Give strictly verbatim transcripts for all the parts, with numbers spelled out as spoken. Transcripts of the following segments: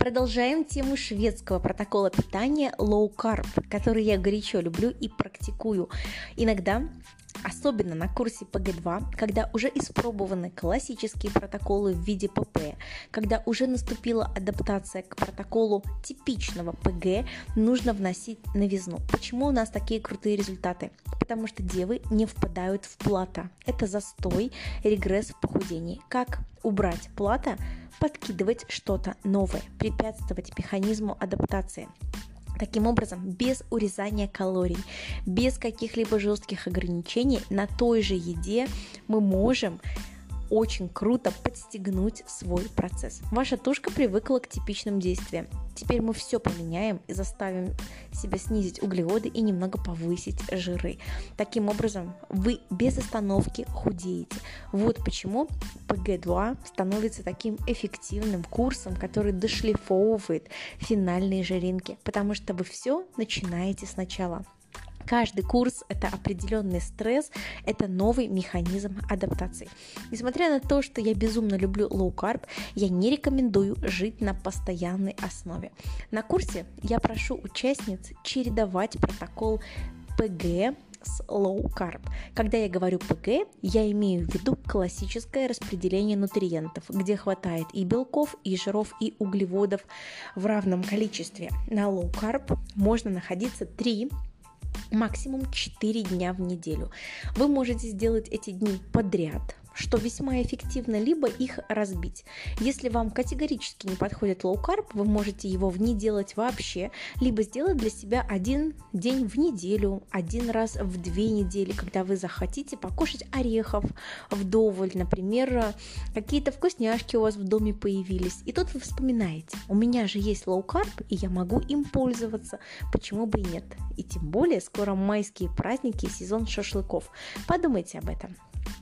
Продолжаем тему шведского протокола питания Low Carb, который я горячо люблю и практикую. Иногда, особенно на курсе пэ гэ два, когда уже испробованы классические протоколы в виде пэ пэ, когда уже наступила адаптация к протоколу типичного пэ гэ, нужно вносить новизну. Почему у нас такие крутые результаты? Потому что девы не впадают в плато. Это застой, регресс в похудении. Как убрать плато? Подкидывать что-то новое, препятствовать механизму адаптации. Таким образом, без урезания калорий, без каких-либо жестких ограничений на той же еде мы можем очень круто подстегнуть свой процесс. Ваша тушка привыкла к типичным действиям. Теперь мы все поменяем и заставим себя снизить углеводы и немного повысить жиры. Таким образом, вы без остановки худеете. Вот почему пэ гэ два становится таким эффективным курсом, который дошлифовывает финальные жиринки, потому что вы все начинаете сначала. Каждый курс – это определенный стресс, это новый механизм адаптации. Несмотря на то, что я безумно люблю low carb, я не рекомендую жить на постоянной основе. На курсе я прошу участниц чередовать протокол пэ гэ с low carb. Когда я говорю пэ гэ, я имею в виду классическое распределение нутриентов, где хватает и белков, и жиров, и углеводов в равном количестве. На low carb можно находиться три максимум четыре дня в неделю. Вы можете сделать эти дни подряд, что весьма эффективно, либо их разбить. Если вам категорически не подходит low carb, вы можете его не делать вообще, либо сделать для себя один день в неделю, один раз в две недели, когда вы захотите покушать орехов вдоволь, например, какие-то вкусняшки у вас в доме появились. И тут вы вспоминаете, у меня же есть low carb, и я могу им пользоваться, почему бы и нет. И тем более скоро майские праздники и сезон шашлыков. Подумайте об этом.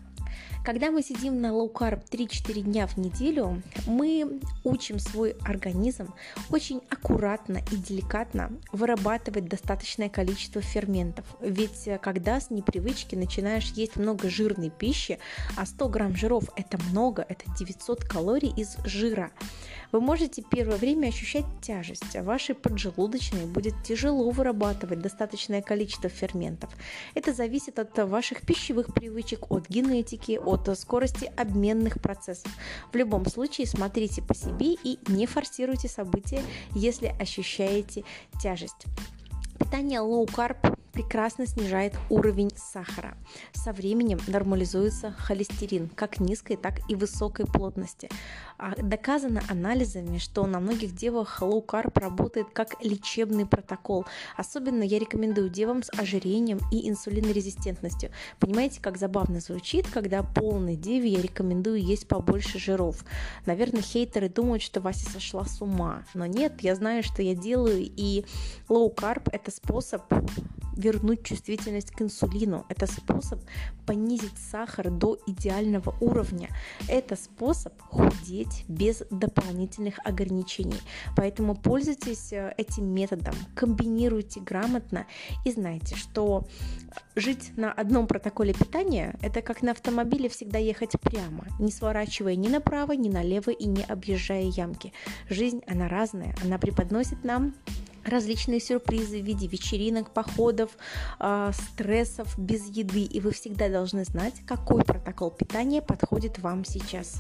Когда мы сидим на low carb три-четыре дня в неделю, мы учим свой организм очень аккуратно и деликатно вырабатывать достаточное количество ферментов. Ведь когда с непривычки начинаешь есть много жирной пищи, а сто грамм жиров – это много, это девятьсот калорий из жира, вы можете первое время ощущать тяжесть, а вашей поджелудочной будет тяжело вырабатывать достаточное количество ферментов. Это зависит от ваших пищевых привычек, от генетики, от скорости обменных процессов. В любом случае смотрите по себе и не форсируйте события, если ощущаете тяжесть. Питание low carb прекрасно снижает уровень сахара. Со временем нормализуется холестерин как низкой, так и высокой плотности. Доказано анализами, что на многих девах low carb работает как лечебный протокол. Особенно я рекомендую девам с ожирением и инсулинорезистентностью. Понимаете, как забавно звучит, когда полной деве я рекомендую есть побольше жиров. Наверное, хейтеры думают, что Вася сошла с ума. Но нет, я знаю, что я делаю, и low carb – это способ вернуть чувствительность к инсулину. Это способ понизить сахар до идеального уровня. Это способ худеть без дополнительных ограничений. Поэтому пользуйтесь этим методом, комбинируйте грамотно и знайте, что жить на одном протоколе питания – это как на автомобиле всегда ехать прямо, не сворачивая ни направо, ни налево и не объезжая ямки. Жизнь, она разная, она преподносит нам различные сюрпризы в виде вечеринок, походов, э, стрессов без еды. И вы всегда должны знать, какой протокол питания подходит вам сейчас.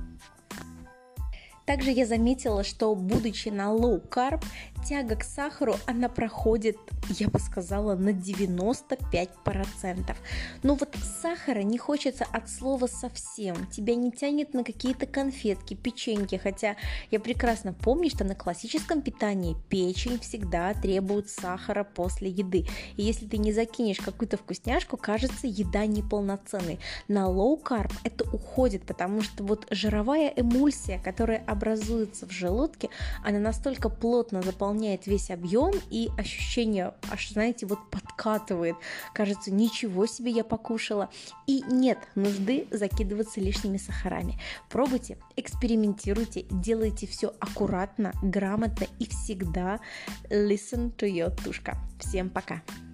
Также я заметила, что, будучи на low carb, тяга к сахару, она проходит, я бы сказала, на девяносто пять процентов. Но вот сахара не хочется от слова совсем. Тебя не тянет на какие-то конфетки, печеньки, хотя я прекрасно помню, что на классическом питании печень всегда требует сахара после еды. И если ты не закинешь какую-то вкусняшку, кажется, еда неполноценной. На low carb это уходит, потому что вот жировая эмульсия, которая образуется в желудке, она настолько плотно заполняет весь объем, и ощущение, аж, знаете, вот подкатывает. Кажется, ничего себе я покушала. И нет нужды закидываться лишними сахарами. Пробуйте, экспериментируйте, делайте все аккуратно, грамотно и всегда listen to your тушка. Всем пока!